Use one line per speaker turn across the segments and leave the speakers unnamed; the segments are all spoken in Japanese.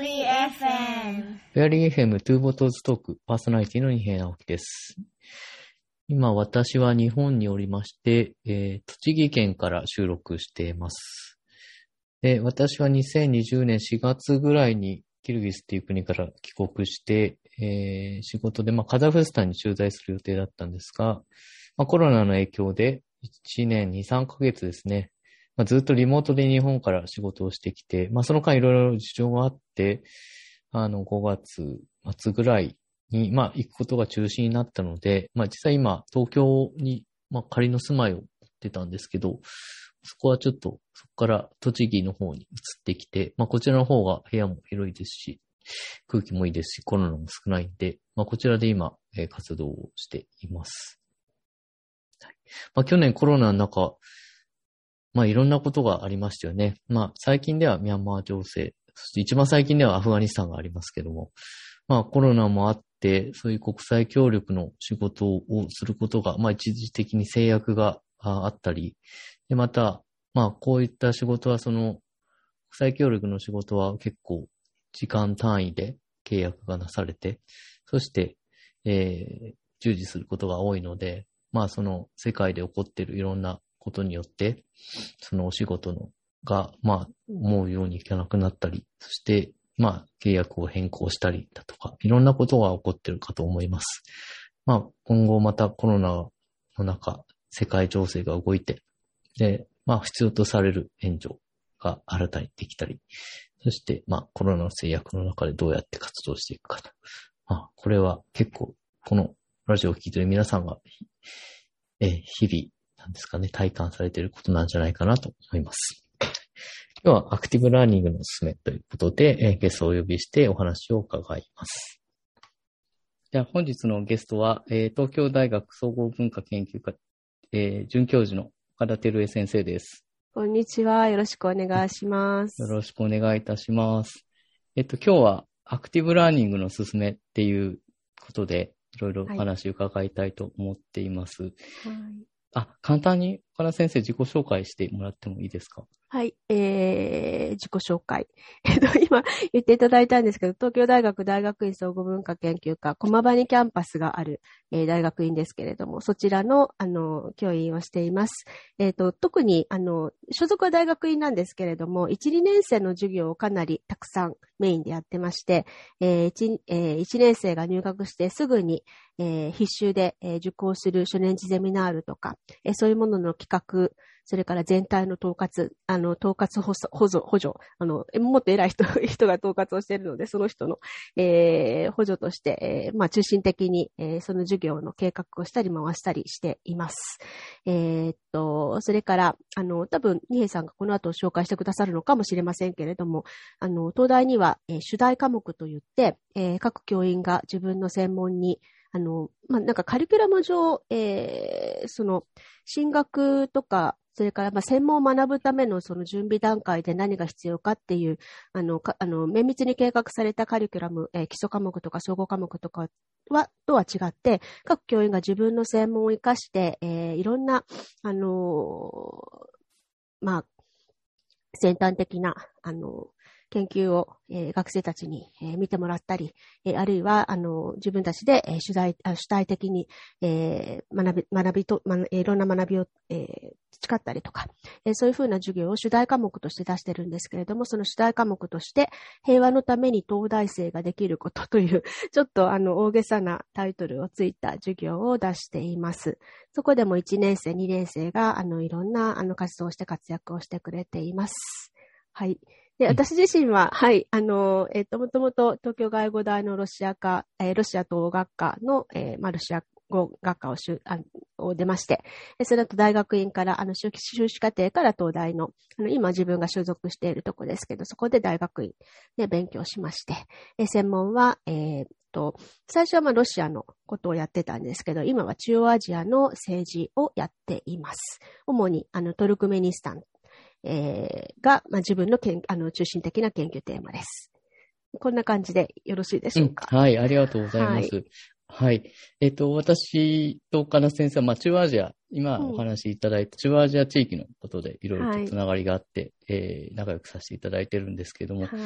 リー FM。
フェアリー FM トゥーボトーズトークパーソナリティの二平直樹です。今私は日本におりまして、栃木県から収録しています。で、私は2020年4月ぐらいにキルギスっていう国から帰国して、仕事で、カザフスタンに駐在する予定だったんですが、コロナの影響で1年2、3ヶ月ですね。ずっとリモートで日本から仕事をしてきて、その間いろいろ事情があって、5月末ぐらいに、行くことが中止になったので、実際今、東京に、仮の住まいを持ってたんですけど、そこはちょっと、そこから栃木の方に移ってきて、こちらの方が部屋も広いですし、空気もいいですし、コロナも少ないんで、こちらで今、活動をしています。はい。去年コロナの中、いろんなことがありましたよね。最近ではミャンマー情勢、そして一番最近ではアフガニスタンがありますけども、コロナもあって、そういう国際協力の仕事をすることが、一時的に制約があったり、で、また、こういった仕事は、国際協力の仕事は結構時間単位で契約がなされて、そして、従事することが多いので、世界で起こっているいろんなことによって、そのお仕事が、思うようにいかなくなったり、そして、契約を変更したりだとか、いろんなことが起こっているかと思います。今後またコロナの中、世界情勢が動いて、で、必要とされる援助が新たにできたり、そして、コロナの制約の中でどうやって活動していくかと。これは結構、このラジオを聞いている皆さんが、日々、なんですかね、体感されていることなんじゃないかなと思います。今日はアクティブラーニングのおすすめということで、ゲストをお呼びしてお話を伺います。では本日のゲストは、東京大学総合文化研究科、准教授の岡田照江先生です。
こんにちは。よろしくお願いします。
よろしくお願いいたします。今日はアクティブラーニングのおすすめっていうことで、いろいろお話を伺いたいと思っています。はい。簡単に岡田先生自己紹介してもらってもいいですか？
はい、自己紹介。今言っていただいたんですけど、東京大学大学院総合文化研究科、駒場にキャンパスがある、大学院ですけれども、そちらの、教員をしています。特に、所属は大学院なんですけれども、1、2年生の授業をかなりたくさんメインでやってまして、1年生が入学してすぐに、必修で、受講する初年次ゼミナールとか、そういうものの企画、それから全体の統括補助、もっと偉い人が統括をしているので、その人の、補助として、中心的に、その授業の計画をしたり回したりしています。それから、多分、二平さんがこの後紹介してくださるのかもしれませんけれども、東大には、主題科目といって、各教員が自分の専門に、なんかカリキュラム上、進学とか、それから専門を学ぶためのその準備段階で何が必要かっていう、綿密に計画されたカリキュラム、基礎科目とか総合科目とかとは違って、各教員が自分の専門を生かして、いろんな、先端的な、研究を、学生たちに、見てもらったり、あるいは自分たちで、主体的に、いろんな学びを、培ったりとか、そういうふうな授業を主題科目として出してるんですけれども、その主題科目として平和のために東大生ができることというちょっと大げさなタイトルをついた授業を出しています。そこでも1年生、2年生がいろんな活動をして活躍をしてくれています。はい。で、私自身は、はい、もともと東京外語大のロシア統合学科の、ロシア語学科を出まして、その後大学院から、修士課程から東大の、今自分が所属しているとこですけど、そこで大学院で勉強しまして、専門は、最初はロシアのことをやってたんですけど、今は中央アジアの政治をやっています。主に、トルクメニスタン、が、自分の中心的な研究テーマです。こんな感じでよろしいでしょうか。
はい、ありがとうございます。はい。私と岡田先生は、中央アジア、今お話しいただいた中央アジア地域のことでいろいろとつながりがあって、仲良くさせていただいてるんですけども、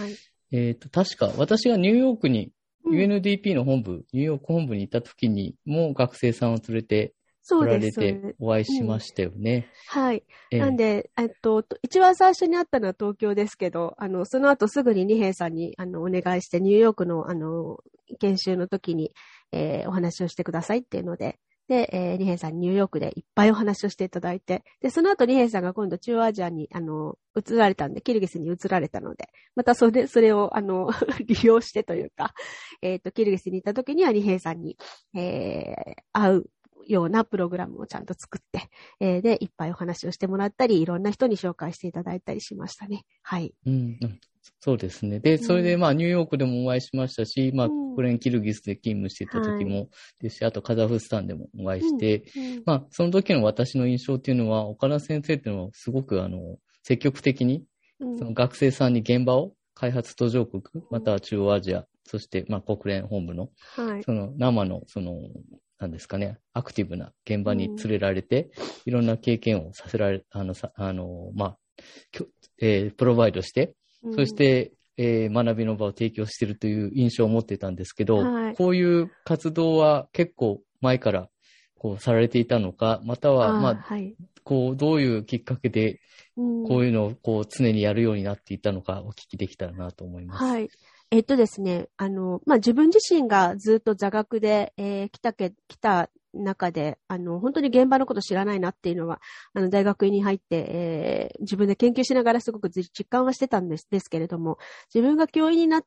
確か私がニューヨークに、
うん、
UNDP の本部、ニューヨーク本部に行った時にも学生さんを連れて来ら
そうです、
れて
そうです。
お会いし
うん。
ましたよね。
はい。
ええ。
なんで、一番最初に会ったのは東京ですけど、その後すぐに二平さんに、お願いして、ニューヨークの、研修の時に、お話をしてくださいっていうので、で、二平さんにニューヨークでいっぱいお話をしていただいて、で、その後二平さんが今度中央アジアに、移られたんで、キルギスに移られたので、またそれを、利用してというか、キルギスに行った時には二平さんに、会うようなプログラムをちゃんと作って、で、いっぱいお話をしてもらったり、いろんな人に紹介していただいたりしましたね。はい。
うん、うんそうですね。で、それで
うん。
ニューヨークでもお会いしましたし、
うん。
国連キルギスで勤務していた時
はい。
もですし、あとカザフスタンでもお会い
うん。
して、
うん。
その時の私の印象っていうのは、岡田先生っていうのはすごく積極的に、
うん。
その学生さんに現場を開発途上国、また
うん。
は中央アジア、そして国連本部の、
はい。
その生の、なんですかね、アクティブな現場に
うん。
連れられて、いろんな経験をさせられ、きょプロバイドして、
うん。
そして、学びの場を提供しているという印象を持っていたんですけど、
はい。
こういう活動は結構前からこうされていたのか、または、
ああ、はい。
どういうきっかけで
うん。
こういうのをこう常にやるようになっていったのかお聞きできたらなと思います。
はい。ですね、自分自身がずっと座学で、来た中で、本当に現場のこと知らないなっていうのは、大学に入って、自分で研究しながらすごく実感はしてたんですけれども、自分が教員になって、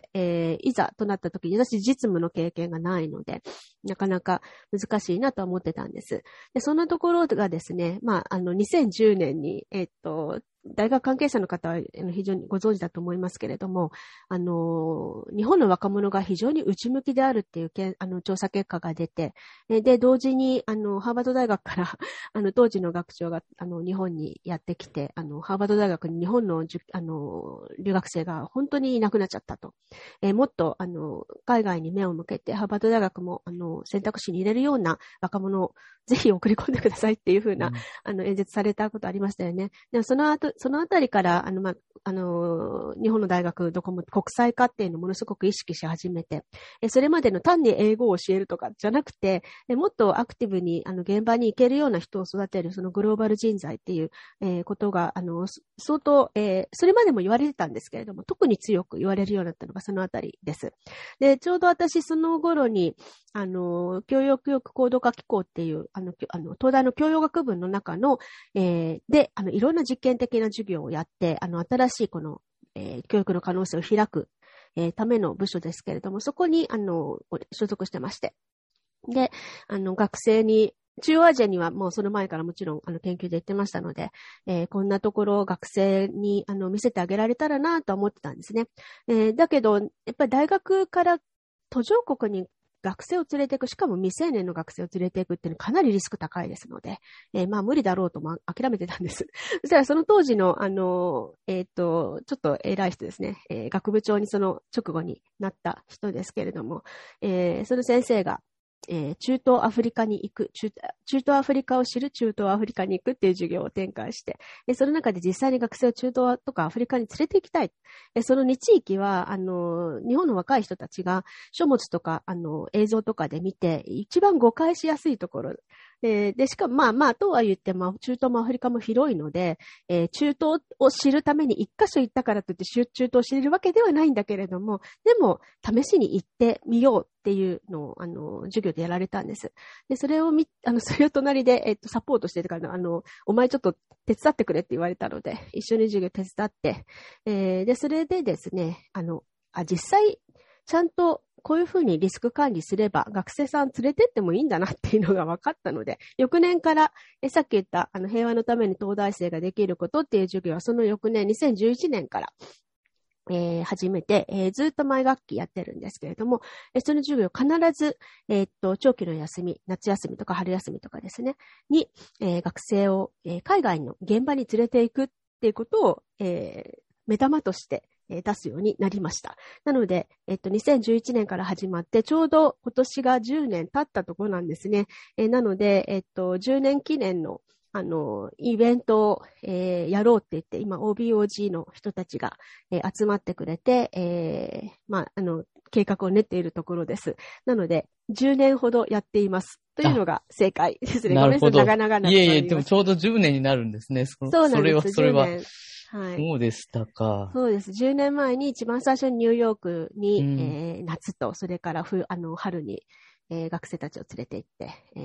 いざとなった時に、私実務の経験がないので、なかなか難しいなとは思ってたんです。で、そんなところがですね、2010年に、大学関係者の方は非常にご存知だと思いますけれども、日本の若者が非常に内向きであるっていう調査結果が出て、で、同時に、ハーバード大学から当時の学長が、日本にやってきて、ハーバード大学に日本の留学生が本当にいなくなっちゃったと。もっと、海外に目を向けて、ハーバード大学も、選択肢に入れるような若者をぜひ送り込んでくださいっていうふうな、
うん、
演説されたことありましたよね。でもそのあたりから、日本の大学どこも国際化っていうのをものすごく意識し始めて、それまでの単に英語を教えるとかじゃなくて、もっとアクティブに現場に行けるような人を育てる、そのグローバル人材っていう、ことが、相当、それまでも言われてたんですけれども、特に強く言われるようになったのがそのあたりです。で、ちょうど私その頃に、教養教育高度化機構っていう、東大の教養学部の中の、で、いろんな実験的な授業をやって、新しいこの、教育の可能性を開く、ための部署ですけれども、そこに、所属してまして。で、学生に、中央アジアにはもうその前からもちろん研究で行ってましたので、こんなところを学生に見せてあげられたらなと思ってたんですね。だけど、やっぱり大学から途上国に学生を連れていく、しかも未成年の学生を連れていくっていうのはかなりリスク高いですので、無理だろうとも諦めてたんです。そしたらその当時の、ちょっと偉い人ですね、学部長にその直後になった人ですけれども、その先生が、中東アフリカに行く、中東アフリカを知る中東アフリカに行くっていう授業を展開して、その中で実際に学生を中東とかアフリカに連れて行きたい。その2地域は、日本の若い人たちが書物とか、映像とかで見て、一番誤解しやすいところ。で、しかもとは言っても、中東もアフリカも広いので、中東を知るために一箇所行ったからといって中東を知れるわけではないんだけれども、でも、試しに行ってみようっていうのを、授業でやられたんです。で、それをそれを隣で、サポートしてたから、お前ちょっと手伝ってくれって言われたので、一緒に授業手伝って、で、それでですね、実際、ちゃんとこういうふうにリスク管理すれば学生さん連れてってもいいんだなっていうのが分かったので、翌年からさっき言った平和のために東大生ができることっていう授業はその翌年2011年から始めて、ずっと毎学期やってるんですけれども、その授業必ず、長期の休み、夏休みとか春休みとかですね、に、学生を、海外の現場に連れていくっていうことを、目玉として出すようになりました。なので、2011年から始まって、ちょうど今年が10年経ったところなんですね。なので、10年記念のイベントを、やろうって言って、今 OBOG の人たちが、集まってくれて、計画を練っているところです。なので、10年ほどやっています。というのが正解ですね。
なるほど。
ごめんなさい、長々
いえいえ、でもちょうど10年になるんですね。
そうなんです。
それは。
10年。はい。
そうでしたか。
そうです。10年前に一番最初にニューヨークに、夏と、それから春に、学生たちを連れて行って、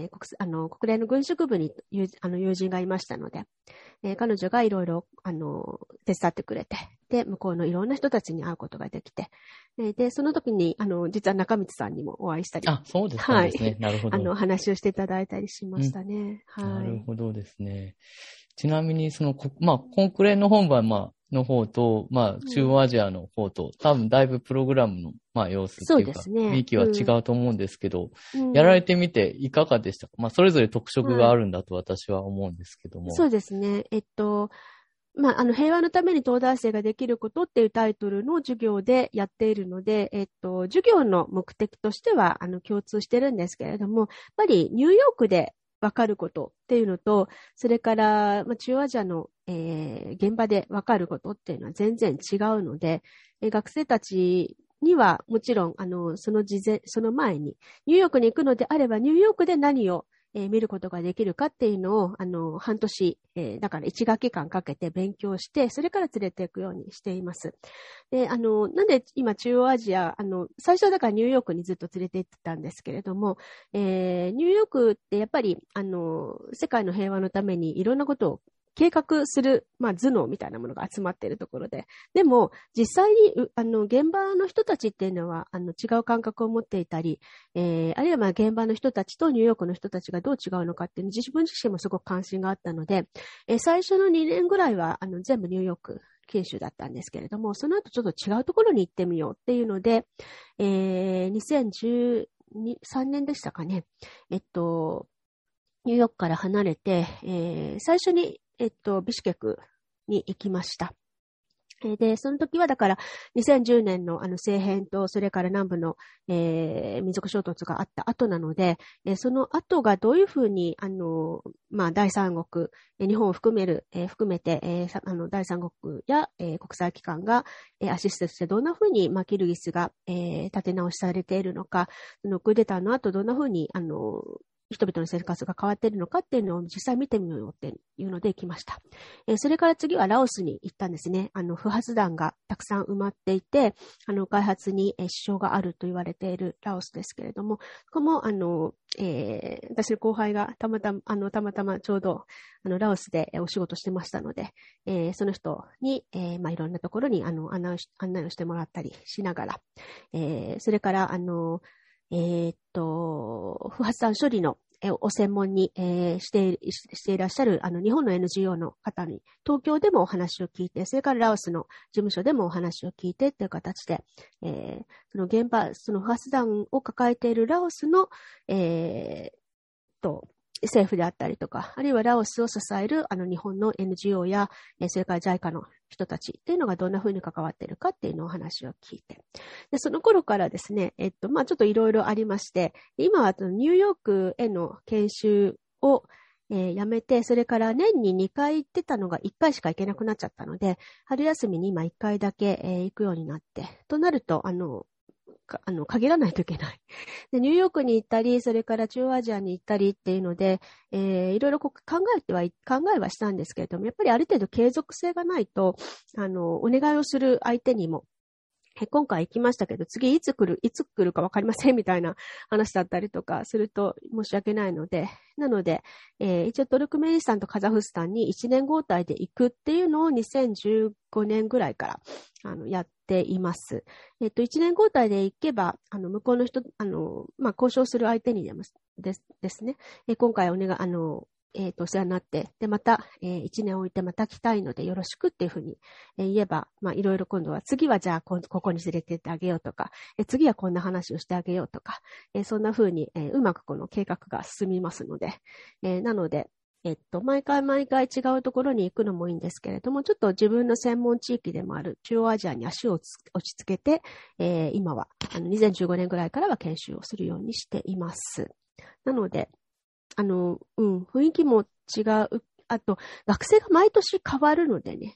国連の軍縮部に友人がいましたので、彼女がいろいろ、手伝ってくれて、で、向こうのいろんな人たちに会うことができて、で、その時に、実は中道さんにもお会いしたり。
あ、そうですかですね。はい、なるほど。
話をしていただいたりしましたね。はい。
なるほどですね。ちなみに、国連の本部は、の方と、中央アジアの方と、多分だいぶプログラムの、様子っていうか、雰囲気は違うと思うんですけど、やられてみていかがでしたか？それぞれ特色があるんだと私は思うんですけども。
そうですね。平和のために東大生ができることっていうタイトルの授業でやっているので、授業の目的としては、共通してるんですけれども、やっぱりニューヨークでわかることっていうのと、それから、中央アジアの、現場でわかることっていうのは全然違うので、学生たちにはもちろん、その前に、ニューヨークに行くのであれば、ニューヨークで何を見ることができるかっていうのを、半年、だから1学期間かけて勉強して、それから連れていくようにしています。で、なんで今中央アジア、最初はだからニューヨークにずっと連れて行ってたんですけれども、ニューヨークってやっぱり、世界の平和のためにいろんなことを計画する、頭脳みたいなものが集まっているところで。でも、実際に、現場の人たちっていうのは、違う感覚を持っていたり、あるいは現場の人たちとニューヨークの人たちがどう違うのかっていう自分自身もすごく関心があったので、最初の2年ぐらいは、全部ニューヨーク研修だったんですけれども、その後ちょっと違うところに行ってみようっていうので、2013年でしたかね。ニューヨークから離れて、最初にビシュケクに行きました。で、その時はだから2010年の政変とそれから南部の、民族衝突があった後なので、その後がどういうふうに第三国、日本を含めて、第三国や、国際機関が、アシストしてどんなふうにキルギスが、立て直しされているのか、そのクーデターの後どんなふうに人々の生活が変わっているのかっていうのを実際見てみようっていうので行きました。それから次はラオスに行ったんですね。不発弾がたくさん埋まっていて、開発に支障があると言われているラオスですけれども、ここも私の後輩がたまたまちょうどラオスでお仕事してましたので、その人に、いろんなところに案内をしてもらったりしながら、それから不発弾処理のを専門に、していらっしゃる日本の NGO の方に東京でもお話を聞いて、それからラオスの事務所でもお話を聞いてという形で、その現場、その不発弾を抱えているラオスの、政府であったりとか、あるいはラオスを支える日本の NGO や、それから JICA の人たちっていうのがどんな風に関わっているかっていうのをお話を聞いて。で、その頃からですね、ちょっといろいろありまして、今はニューヨークへの研修を、やめて、それから年に2回行ってたのが1回しか行けなくなっちゃったので、春休みに今1回だけ、行くようになって、となると、限らないといけない。で、ニューヨークに行ったり、それから中央アジアに行ったりっていうので、いろいろ考えはしたんですけれども、やっぱりある程度継続性がないと、お願いをする相手にも、今回行きましたけど、次いつ来るかわかりませんみたいな話だったりとかすると申し訳ないので、なので、一応トルクメニスタンとカザフスタンに1年交代で行くっていうのを2015年ぐらいからやっています。1年交代で行けば、向こうの人、交渉する相手にですね、今回お世話になって、で、また、1年置いてまた来たいのでよろしくっていうふうに、言えば、いろいろ今度は次はじゃあここに連れてってあげようとか、次はこんな話をしてあげようとか、そんなふうに、うまくこの計画が進みますので、なので、毎回違うところに行くのもいいんですけれども、ちょっと自分の専門地域でもある中央アジアに足を落ち着けて、今は、2015年ぐらいからは研修をするようにしています。なので、雰囲気も違う、 あと、学生が毎年変わるのでね、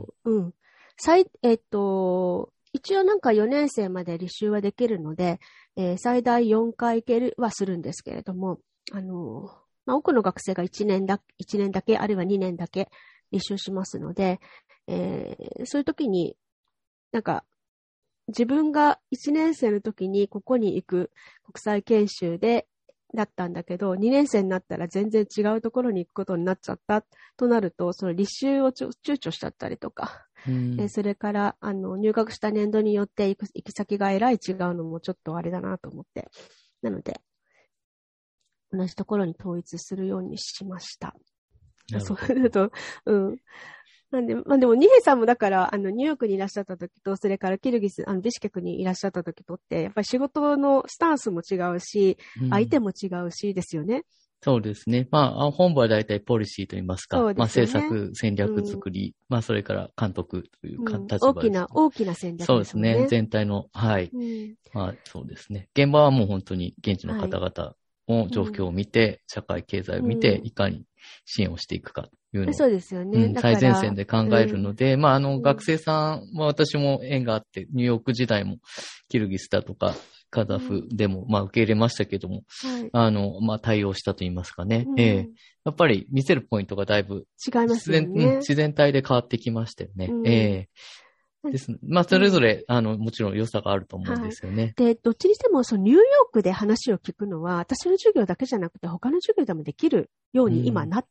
一応なんか4年生まで履修はできるので、最大4回行けるはするんですけれども、多くの学生が1年だけ、あるいは2年だけ履修しますので、そういう時に、なんか、自分が1年生の時にここに行く国際研修だったんだけど、2年生になったら全然違うところに行くことになっちゃったとなると、その履修を躊躇しちゃったりとか、それから、入学した年度によって行き先がえらい違うのもちょっとあれだなと思って。なので、同じところに統一するようにしました。そうだと、なんで、でも、ニヘさんもだから、ニューヨークにいらっしゃった時と、それからキルギス、ビシュケクにいらっしゃった時とって、やっぱり仕事のスタンスも違うし、相手も違うしですよね。
そうですね。本部は大体ポリシーといいますか、政策、戦略作り、それから監督という立場です。
大きな戦略ですね。
そうですね。全体の、はい。そうですね。現場はもう本当に現地の方々の状況を見て、社会経済を見て、いかに支援をしていくかというのを、
そうですよね。
最前線で考えるので、学生さんは私も縁があって、ニューヨーク時代もキルギスだとか、カザフでも、受け入れましたけども、対応したと言いますかね。やっぱり見せるポイントがだいぶ
違いますよね。
自然体で変わってきましたよね。ですそれぞれ、もちろん良さがあると思うんですよね。
で、どっちにしても、ニューヨークで話を聞くのは、私の授業だけじゃなくて、他の授業でもできるように今なって、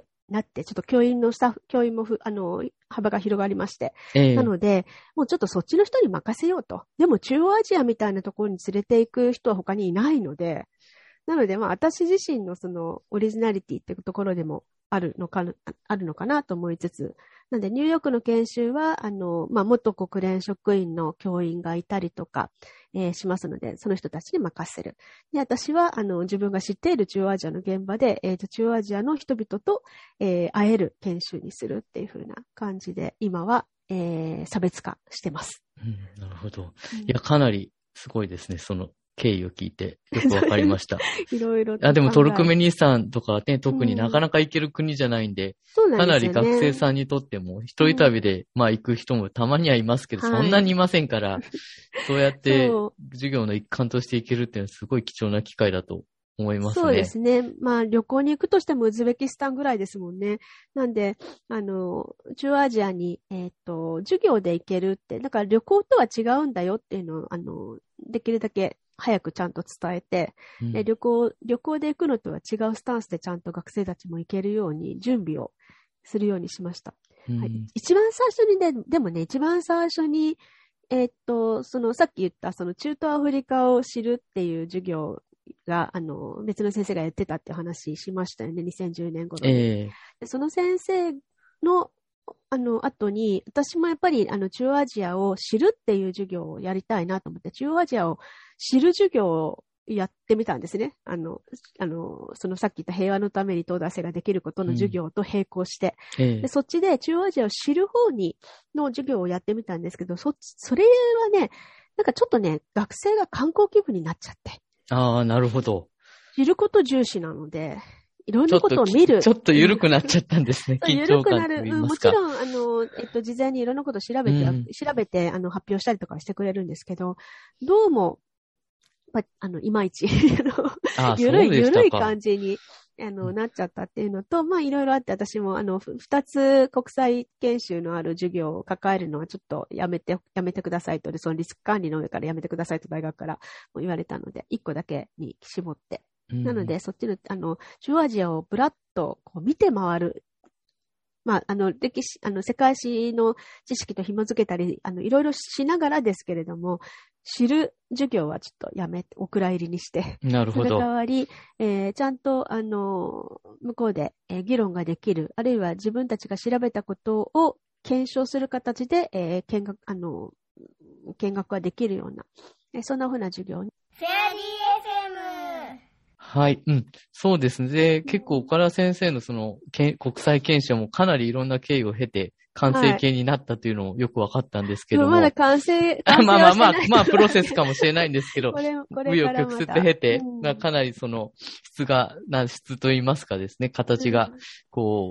ちょっと教員も幅が広がりまして。なので、もうちょっとそっちの人に任せようと。でも中央アジアみたいなところに連れて行く人は他にいないので、なので、私自身のそのオリジナリティっていうところでもあるのかなと思いつつ、なので、ニューヨークの研修は、元国連職員の教員がいたりとか、しますので、その人たちに任せる。で、私は、自分が知っている中央アジアの現場で、中央アジアの人々と、会える研修にするっていう風な感じで、今は、差別化してます。
なるほど。いや、かなりすごいですね。その経緯を聞いてよくわかりました。
いろいろと。
でもトルクメニスタンとかね、特になかなか行ける国じゃないんで、かなり学生さんにとっても、一人旅で、行く人もたまにはいますけど、そんなにいませんから、そうやって授業の一環として行けるっていうのはすごい貴重な機会だと思いますね。
そうですね。旅行に行くとしてもウズベキスタンぐらいですもんね。なんで、中央アジアに、授業で行けるって、だから旅行とは違うんだよっていうのを、できるだけ早くちゃんと伝えて、旅行で行くのとは違うスタンスでちゃんと学生たちも行けるように準備をするようにしました。一番最初にね、でもね、一番最初に、さっき言った、中東アフリカを知るっていう授業が、別の先生がやってたって話しましたよね、2010年頃に。でその先生の、後に、私もやっぱり、中央アジアを知るっていう授業をやりたいなと思って、中央アジアを知る授業をやってみたんですね。そのさっき言った平和のために東大生ができることの授業と並行して。でそっちで中央アジアを知る方の授業をやってみたんですけど、それはね、なんかちょっとね、学生が観光気分になっちゃって。
なるほど。
知ること重視なので、いろんなことを見る。
ちょっと緩くなっちゃったんですね。緊張感と言いますか。
もちろん、事前にいろんなことを調べて、発表したりとかしてくれるんですけど、どうも、いまいち、緩い感じに、なっちゃったっていうのと、いろいろあって、私も、二つ国際研修のある授業を抱えるのはちょっとやめてくださいと、そのリスク管理の上からやめてくださいと大学からも言われたので、一個だけに絞って。なので、そっちの、中央アジアをブラッとこう見て回る。歴史、世界史の知識と紐づけたり、いろいろしながらですけれども、知る授業はちょっとお蔵入りにして。
なるほど。
その代わり、ちゃんと、向こうで、議論ができる、あるいは自分たちが調べたことを検証する形で、見学ができるような、そんな風な授業に。
フェアリー FM。
はい、そうですね。で、結構岡田先生のその国際研修もかなりいろんな経緯を経て完成形になったというのもよく分かったんですけども。
まだ完成
プロセスかもしれないんですけど、紆余曲折経て、かなりその質といいますかですね、形がこう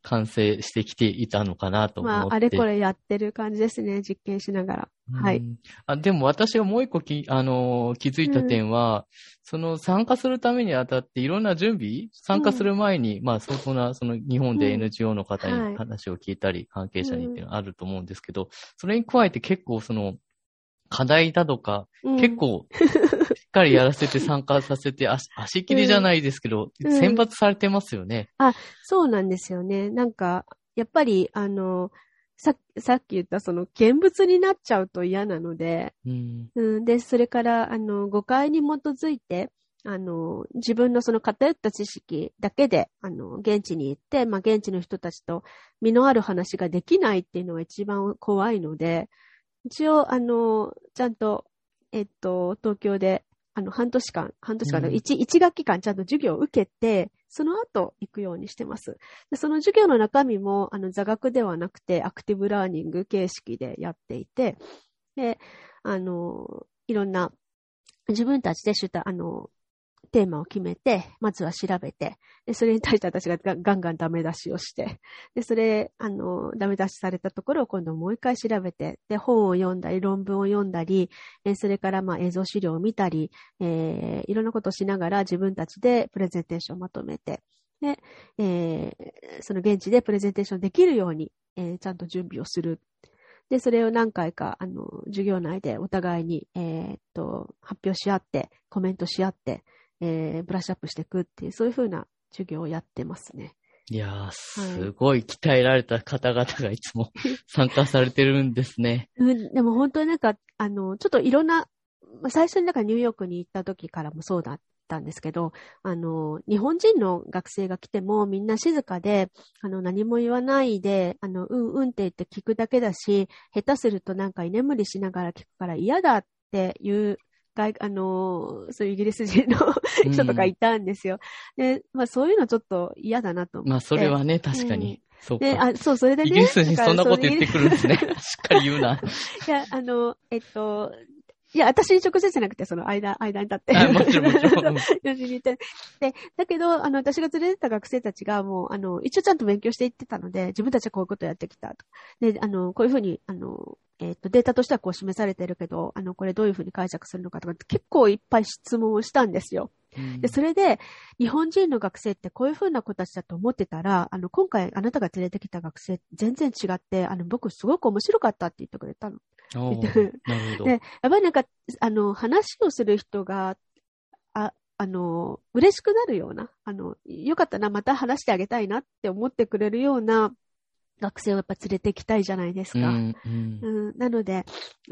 完成してきていたのかなと思って。
まあ、あれこれやってる感じですね。実験しながら。はい。
でも私がもう一個気づいた点は、その参加するためにあたっていろんな準備、参加する前に、まあ相当な、その日本で NGO の方に話を聞いたり、関係者にっていうのがあると思うんですけど、それに加えて結構その、課題だとか、結構、しっかりやらせて参加させて、足切りじゃないですけど、選抜されてますよね。
そうなんですよね。なんか、やっぱり、さっき言ったその現物になっちゃうと嫌なので、で、それから、誤解に基づいて、自分のその偏った知識だけで、現地に行って、まあ、現地の人たちと身のある話ができないっていうのが一番怖いので、一応、ちゃんと、東京で、半年間の1学期間ちゃんと授業を受けて、その後行くようにしてます。でその授業の中身も、座学ではなくて、アクティブラーニング形式でやっていて、で、いろんな、自分たちでテーマを決めて、まずは調べて、で、それに対して私がガンガンダメ出しをして、で、それ、ダメ出しされたところを今度もう一回調べて、で、本を読んだり、論文を読んだり、それからまあ映像資料を見たり、いろんなことをしながら自分たちでプレゼンテーションをまとめて、で、その現地でプレゼンテーションできるように、ちゃんと準備をする。で、それを何回か、授業内でお互いに、発表し合って、コメントし合って、ブラッシュアップしていくっていう、そういう風な授業をやってますね。
いやー、すごい鍛えられた方々がいつも参加されてるんですね。
でも本当になんか、ちょっといろんな、最初になんかニューヨークに行った時からもそうだったんですけど、日本人の学生が来てもみんな静かで、何も言わないで、って言って聞くだけだし、下手するとなんか居眠りしながら聞くから嫌だっていうそういうイギリス人の人とかいたんですよ。で、まあそういうのちょっと嫌だなと思って。
まあそれはね、確かに。そうか。
それでね。
イギリス人そんなこと言ってくるんですね。しっかり言うな。
いや、いや、私に直接じゃなくて、その間に立って。
もちろん。
で、だけど、私が連れてた学生たちが、もう、一応ちゃんと勉強していってたので、自分たちはこういうことをやってきたと。で、こういうふうに、データとしてはこう示されてるけど、これどういうふうに解釈するのかとか、結構いっぱい質問をしたんですよ。で、それで、日本人の学生ってこういうふうな子たちだと思ってたら、今回あなたが連れてきた学生全然違って、僕すごく面白かったって言ってくれたの。
なるほど。
で、やっぱりなんか、話をする人が、嬉しくなるような、よかったな、また話してあげたいなって思ってくれるような学生をやっぱ連れてきたいじゃないですか。なので、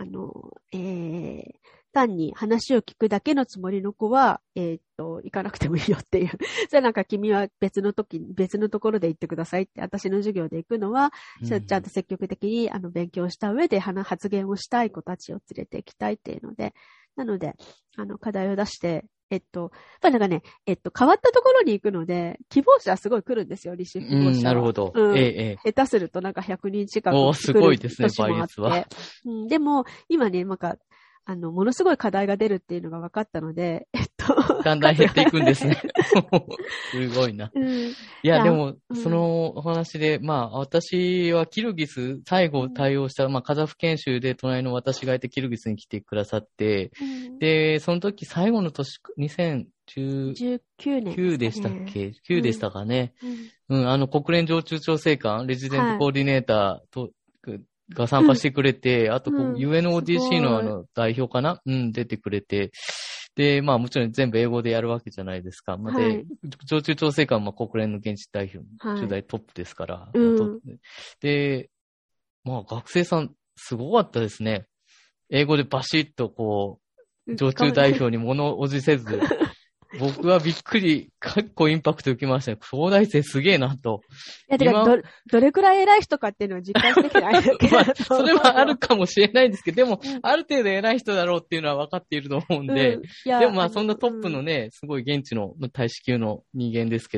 単に話を聞くだけのつもりの子は、行かなくてもいいよっていう。それなんか君は別のところで行ってくださいって、私の授業で行くのは、ちゃんと積極的に勉強した上で発言をしたい子たちを連れて行きたいっていうので、なので、課題を出して、やっぱりなんかね、変わったところに行くので、希望者はすごい来るんですよ、履修希望者は。
なるほど。
下手するとなんか100人近く来る
すごいですね、
倍率は。でも、今ね、なんか、ものすごい課題が出るっていうのが分かったので、
だんだん減っていくんですね。すごいな。いや、でも、そのお話で、まあ、私はキルギス、最後対応した、まあ、カザフ研修で隣の私がいてキルギスに来てくださって、で、その時最後の年、2019年でしたっけ ?9 でしたかね。国連常駐調整官、レジデントコーディネーターと、が参加してくれて、あと、UNODC の代表かな出てくれて、で、まあもちろん全部英語でやるわけじゃないですか。で、常駐調整官は国連の現地代表、取材トップですから。で、まあ学生さんすごかったですね。英語でバシッとこう、常駐代表に物おじせず、僕はびっくり、結構インパクト受けましたね。東大生すげえなと。
いや、てかどれくらい偉い人かっていうのを実感してきてないだけだと。
それはあるかもしれないんですけど、でも、ある程度偉い人だろうっていうのは分かっていると思うんで、でもまあそんなトップのね、すごい現地の大使級の人間ですけど、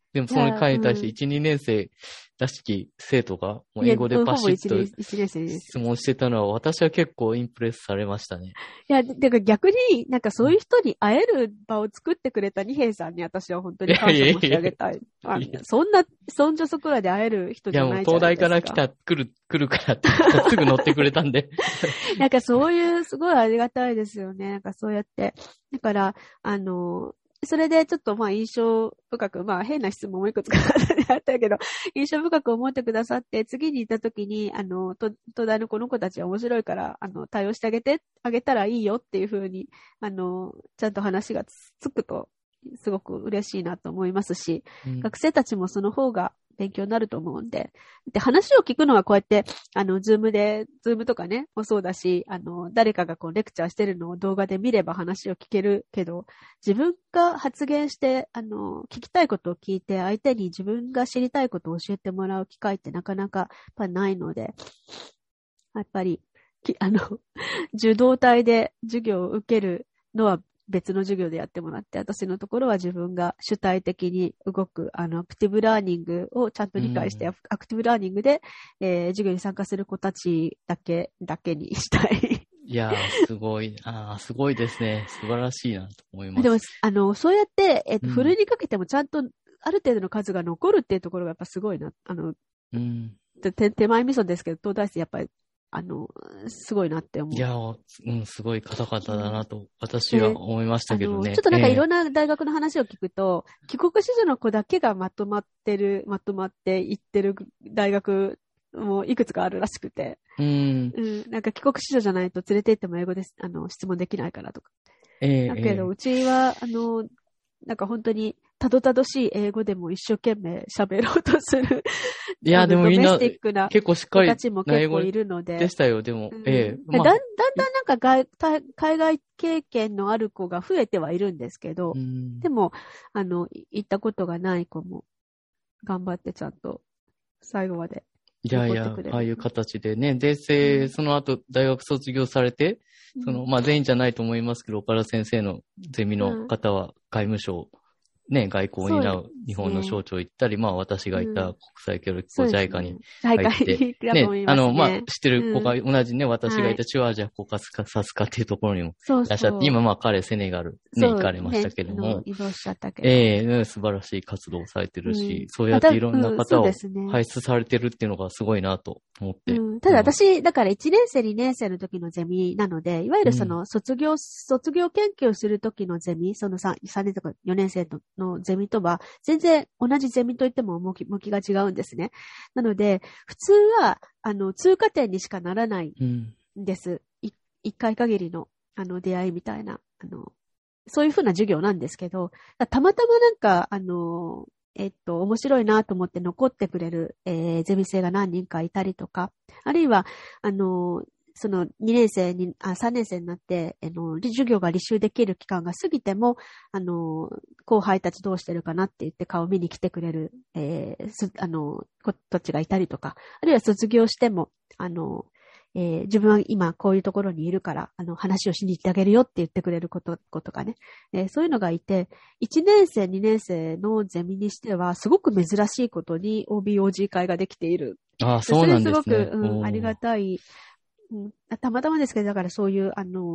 でもその回に対して1、2年生らしき生徒がもう英語でパシッと質問してたのは私は結構インプレスされましたね。
いや、だから逆になんかそういう人に会える場を作ってくれた二平さんに私は本当に感謝申し上げたい。そんな、そんじょそこらで会える人じゃないじゃないですか。いや、もう
東大から来るからってすぐ乗ってくれたんで。
なんかそういう、すごいありがたいですよね。なんかそうやって。だから、それでちょっと印象深く、変な質問もいくつかあったけど、印象深く思ってくださって、次に行った時に、東大のこの子たちは面白いから、対応してあげたらいいよっていうふうに、ちゃんと話がつくと、すごく嬉しいなと思いますし、学生たちもその方が勉強になると思うんで、話を聞くのはこうやって、ズームとかね、もそうだし、誰かがこうレクチャーしてるのを動画で見れば話を聞けるけど、自分が発言して、聞きたいことを聞いて、相手に自分が知りたいことを教えてもらう機会ってなかなかやっぱないので、やっぱり、受動体で授業を受けるのは別の授業でやってもらって、私のところは自分が主体的に動く、アクティブラーニングをちゃんと理解して、アクティブラーニングで、授業に参加する子たちだけにしたい。
いやー、すごい。すごいですね。素晴らしいなと思います。
でも、そうやって、ふるいにかけてもちゃんとある程度の数が残るっていうところがやっぱすごいな。手前味噌ですけど、東大生やっぱり、すごいなって思う。
いや、すごい方々だなと、私は思いましたけどね。
ちょっとなんかいろんな大学の話を聞くと、帰国子女の子だけがまとまって行ってる大学もいくつかあるらしくて。なんか帰国子女じゃないと連れて行っても英語で、質問できないからとか。だけど、うちは、なんか本当に、たどたどしい英語でも一生懸命喋ろうとする。
いや、でもみんな、結構しっかり、
子たちも結構いるので。
でしたよ、でも。
だんだんなんか海外経験のある子が増えてはいるんですけど、でも、行ったことがない子も、頑張ってちゃんと、最後まで。
いやいや、ああいう形でね。で、その後、大学卒業されて、全員じゃないと思いますけど、岡田先生のゼミの方は外務省、ね、外交を担う日本の省庁行ったり、私がいた国際協力機構 JICA に入って、ね、知ってる子が同じね、私がいた中央アジア包括さすかっていうところにもいらっしゃって、今彼セネガルね、行かれましたけども、
移動しちゃったけど。
素晴らしい活動をされてるし、そうやっていろんな方を輩出されてるっていうのがすごいなと思って。
ただ私、だから1年生、2年生の時のゼミなので、いわゆるその卒業研究をする時のゼミ、その3年とか4年生のゼミとは、全然同じゼミといっても向きが違うんですね。なので、普通は、通過点にしかならないんです。一回限りの、出会いみたいな、そういうふうな授業なんですけど、たまたまなんか、面白いなと思って残ってくれる、ゼミ生が何人かいたりとか、あるいは、その3年生になって、授業が履修できる期間が過ぎても、後輩たちどうしてるかなって言って顔見に来てくれる、子たちがいたりとか、あるいは卒業しても、自分は今こういうところにいるから、話をしに行ってあげるよって言ってくれる子とかね、そういうのがいて、1年生、2年生のゼミにしては、すごく珍しいことに OB/OG 会ができている。
そうなんですね。
それすごく、ありがたい。たまたまですけど、だからそういう、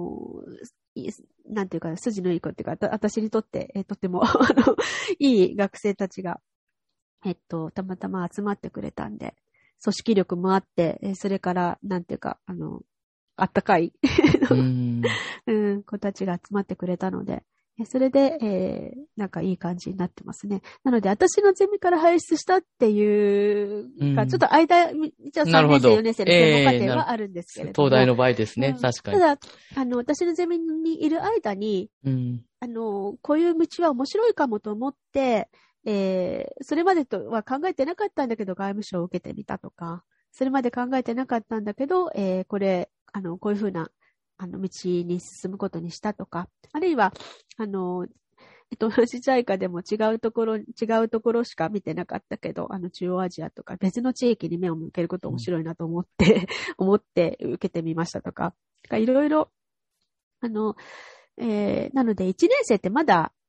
なんていうか、筋のいい子っていうか、私にとって、とっても、いい学生たちが、たまたま集まってくれたんで、組織力もあって、それから、なんていうか、あったかい子たちが集まってくれたので、それで、なんかいい感じになってますね。なので、私のゼミから輩出したっていうか、ちょっと間、一応3年生、4年生の専門課程はあるんですけれども。
東大の場合ですね、確かに。
ただ、私のゼミにいる間に、こういう道は面白いかもと思って、それまでとは考えてなかったんだけど、外務省を受けてみたとか、それまで考えてなかったんだけど、こういうふうな、道に進むことにしたとか、あるいは、同じJICAでも違うところしか見てなかったけど、中央アジアとか別の地域に目を向けること面白いなと思って、受けてみましたとか、いろいろ、なので1年生ってまだ、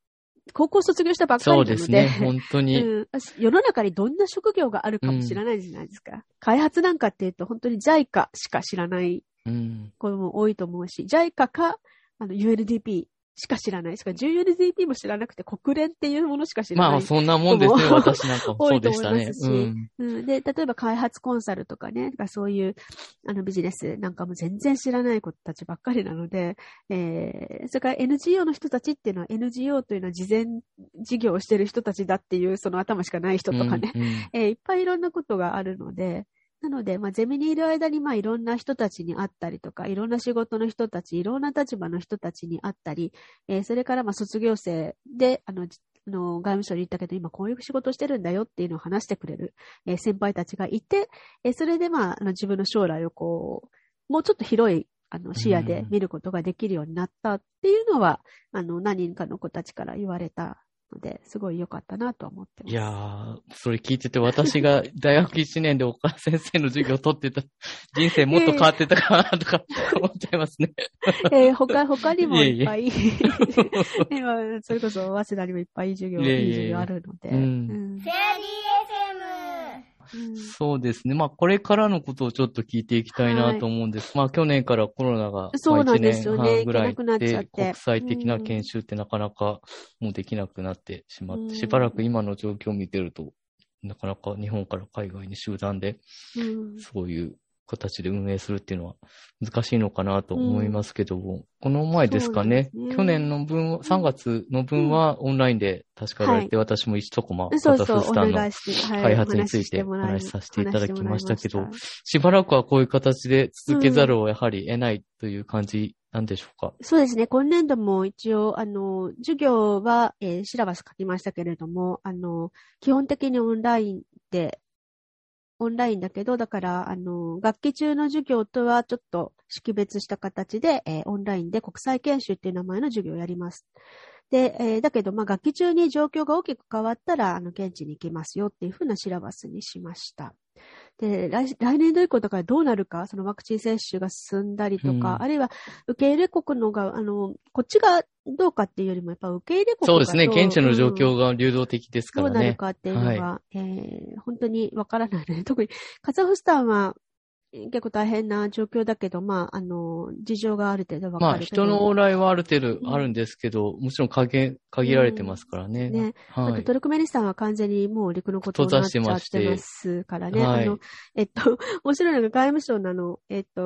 高校卒業したばっかりなので。
そうですね、本当に。
世の中にどんな職業があるかも知らないじゃないですか。開発なんかっていうと、本当に JICA しか知らない子も多いと思うし、JICA か、UNDP。しか知らない。しか UNDP も知らなくて国連っていうものしか知らない。
まあ、そんなもんですね。私なんかもそうでしたね。
で、例えば開発コンサルとかね、そういうビジネスなんかも全然知らない子たちばっかりなので、それから NGO の人たちっていうのは NGO というのは事前事業をしてる人たちだっていうその頭しかない人とかね、いっぱいいろんなことがあるので、なので、ゼミにいる間に、いろんな人たちに会ったりとか、いろんな仕事の人たち、いろんな立場の人たちに会ったり、それから卒業生で、外務省に行ったけど、今こういう仕事してるんだよっていうのを話してくれる、先輩たちがいて、それで自分の将来をもうちょっと広い、視野で見ることができるようになったっていうのは、何人かの子たちから言われたので、すごい良かったなと思ってます。
いやー、それ聞いてて、私が大学1年で岡田先生の授業を取ってた、人生もっと変わってたかなとか思っちゃいますね。
他にもいっぱい、今、それこそ早稲田にもいっぱいいい授業あるので。
フェアリー FM。
そうですね。これからのことをちょっと聞いていきたいなと思うんです。去年からコロナが1年半ぐらいで、国際的な研修ってなかなかもうできなくなってしまって、しばらく今の状況を見てると、なかなか日本から海外に集団で、そういう形で運営するっていうのは難しいのかなと思いますけども、この前ですかね、去年の分、3月の分はオンラインで確かやられて、私も1コマ、カザフスタンの開発についてお話しさせていただきましたけど、しばらくはこういう形で続けざるをやはり得ないという感じなんでしょうか。
そうですね。今年度も一応、授業は、シラバス書きましたけれども、基本的にオンラインだけど、だから、学期中の授業とはちょっと識別した形で、オンラインで国際研修っていう名前の授業をやります。で、だけど、学期中に状況が大きく変わったら、現地に行きますよっていうふうなシラバスにしました。で、来年度以降だからどうなるか、そのワクチン接種が進んだりとか、あるいは受け入れ国のが、こっちがどうかっていうよりも、やっぱ受け入れ国が
そうですね、現地の状況が流動的ですからね。
どうなるかっていうのが、本当にわからないね。特にカザフスタンは結構大変な状況だけど、事情がある程度わかる。
人の往来はある程度あるんですけど、もちろん限られてますからね。
あとトルクメニスタンは完全にもう陸のことになっちゃってますからね。面白いのが外務省の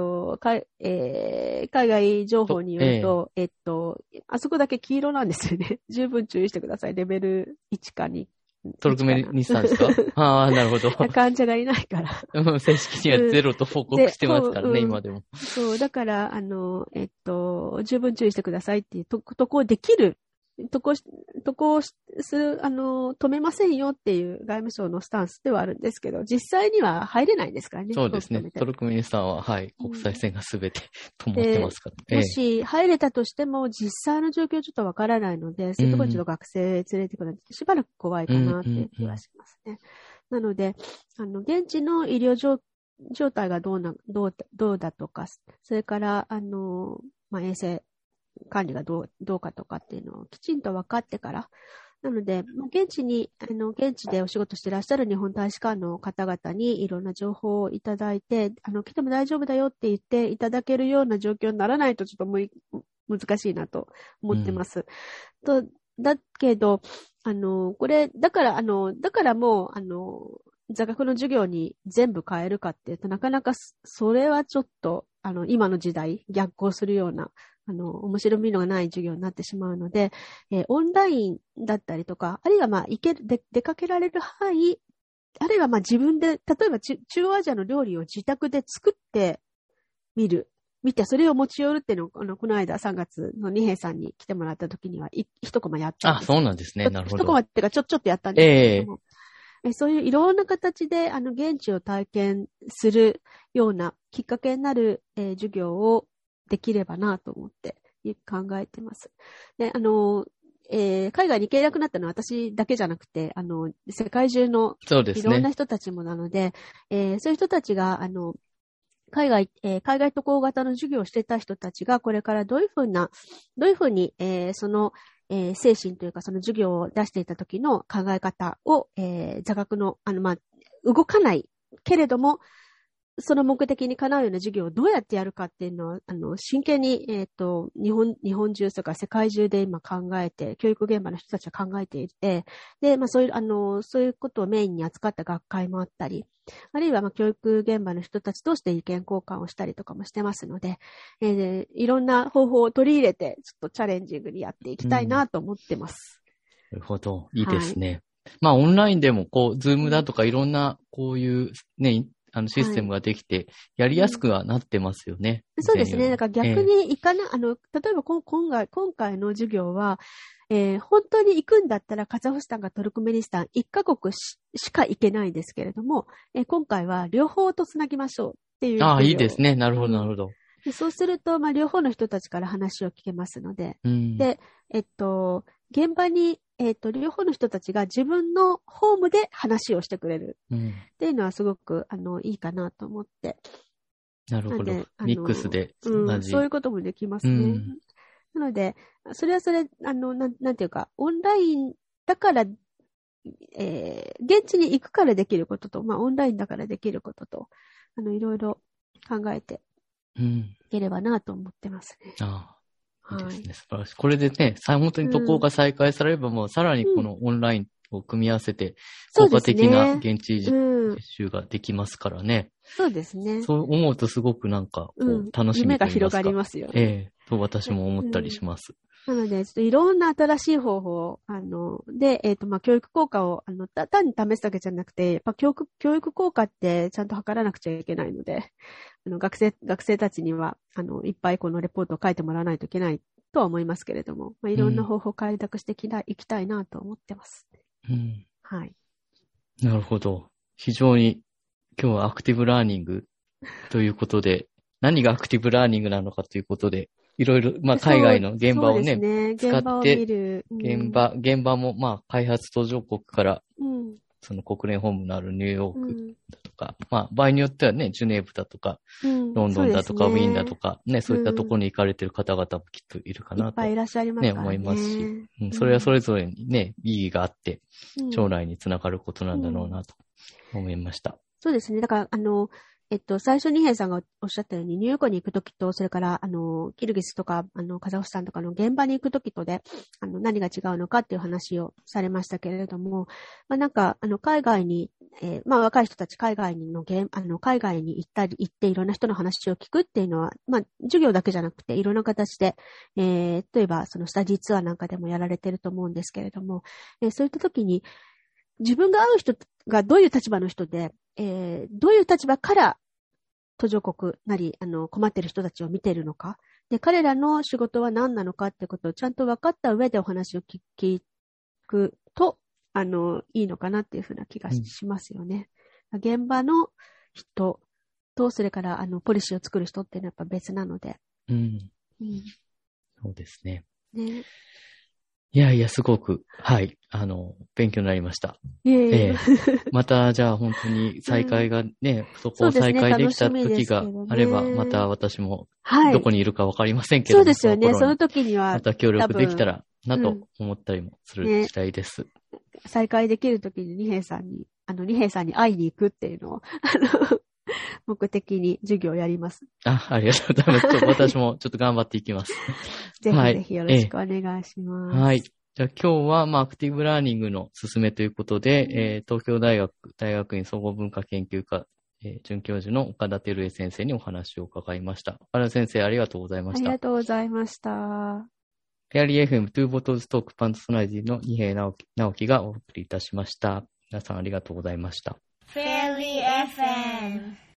海外情報によると、あそこだけ黄色なんですよね。十分注意してください。レベル1か2。
トルクメニスタンですかなるほど。
患者がいないから。
正式にはゼロと報告してますからね、今でも。
そう、だから、十分注意してくださいっていう、渡航できる、渡航する、止めませんよっていう外務省のスタンスではあるんですけど、実際には入れないんですからね。
そうですね。トルクメニスタンは、国際線がすべてと思ってますから。
もし入れたとしても、実際の状況ちょっとわからないので、そういうところにちょっと学生連れてくるのしばらく怖いかなっていう気はしますね。なので、現地の医療状態がどうだとか、それから、衛生管理がどうかとかっていうのをきちんと分かってから、なので、現地でお仕事していらっしゃる日本大使館の方々にいろんな情報をいただいて、来ても大丈夫だよって言っていただけるような状況にならないとちょっと難しいなと思ってます。だけど、これ、だからもう、座学の授業に全部変えるかっていうと、なかなかそれはちょっと、今の時代逆行するような、面白みのがない授業になってしまうので、オンラインだったりとか、あるいは出かけられる範囲、あるいは自分で、例えば中央アジアの料理を自宅で作って見て、それを持ち寄るっていうのを、この間3月の二平さんに来てもらった時には、一コマやったんです。
そうなんですね。なるほど。
一コマっていうか、ちょっとやったんですけども。そういういろんな形で、現地を体験するようなきっかけになる、授業をできればなと思って考えてます。で、海外に行けなくなったのは私だけじゃなくて、世界中のいろんな人たちもなので、そういう人たちが、海外渡航型の授業をしてた人たちが、これからどういうふうに、その、 精神というかその授業を出していた時の考え方を、座学の、動かないけれども、その目的にかなうような授業をどうやってやるかっていうのは、真剣に、日本中とか世界中で今考えて、教育現場の人たちは考えていて、で、そういうことをメインに扱った学会もあったり、あるいは教育現場の人たちとして意見交換をしたりとかもしてますので、いろんな方法を取り入れて、ちょっとチャレンジングにやっていきたいなと思ってます。
なるほど。いいですね。はい、オンラインでも、ズームだとかいろんな、こういうね、システムができて、やりやすくはなってますよね。
そうですね。だから逆に例えば今回の授業は、本当に行くんだったらカザフスタンかトルクメニスタン1カ国しか行けないんですけれども、今回は両方とつなぎましょうっていう。
いいですね。なるほど、なるほど。
でそうすると、両方の人たちから話を聞けますので、で、現場に、両方の人たちが自分のホームで話をしてくれるっていうのはすごく、いいかなと思って。
なるほど。ミックスで
そういうこともできますね。なので、それはそれ、なんていうか、オンラインだから、現地に行くからできることと、オンラインだからできることと、いろいろ考えていければなと思ってますね。
いいですね。素晴らしい。これでね、本当に渡航が再開されれば、もうさらにこのオンラインを組み合わせて、効果的な現地実習ができますからね。
そうですね。
そう思うとすごくなんか、楽しみと言いますか。
夢が広がりますよね。
と私も思ったりします。
なので、ちょっといろんな新しい方法で、教育効果を、単に試すだけじゃなくて、やっぱ教育効果ってちゃんと測らなくちゃいけないので、学生たちには、いっぱいこのレポートを書いてもらわないといけないとは思いますけれども、いろんな方法を開拓していきたいなと思ってます。はい。
なるほど。非常に、今日はアクティブラーニングということで、何がアクティブラーニングなのかということで、いろいろ、海外の現場をね、使って、現場も、開発途上国から、その国連本部のあるニューヨークだとか、場合によってはね、ジュネーブだとか、ロンドンだとか、ウィーンだとか、ね、そういったところに行かれてる方々もきっといるかなと、ね、思いますし、それはそれぞれにね、意義があって、将来につながることなんだろうなと思いました。
そうですね。だから、最初にヘイさんがおっしゃったように、ニューヨークに行くときと、それから、キルギスとか、カザフスタンとかの現場に行くときとで、何が違うのかっていう話をされましたけれども、海外に、若い人たち海外に行っていろんな人の話を聞くっていうのは、授業だけじゃなくて、いろんな形で、例えば、そのスタディツアーなんかでもやられてると思うんですけれども、そういったときに、自分が会う人がどういう立場の人で、どういう立場から途上国なり困っている人たちを見ているのか、で彼らの仕事は何なのかってことをちゃんと分かった上でお話を聞くといいのかなっていうふうな気がしますよね。現場の人とそれからポリシーを作る人っていうのはやっぱ別なので。
そうですね。
ね。
いや、すごく、はい、勉強になりました。また、じゃあ本当に再開がね、そこを再開できた時があれば、また私もどこにいるかわかりませんけども、
そうですよね、その時には。
また協力できたらなと思ったりもする次第です。
再開できる時に二平さんに会いに行くっていうのを、目的に授業をやります。
ありがとうございます。私もちょっと頑張っていきます。
ぜひぜひよろしくお願いします。
はい。じゃあ今日は、アクティブラーニングの進めということで、東京大学院総合文化研究科、准教授の岡田照江先生にお話を伺いました。岡田先生、ありがとうございました。
ありがとうございました。
フェアリー FM トゥーボトルズトークパンソナリティの二平直樹がお送りいたしました。皆さんありがとうございました。
フェアリー FM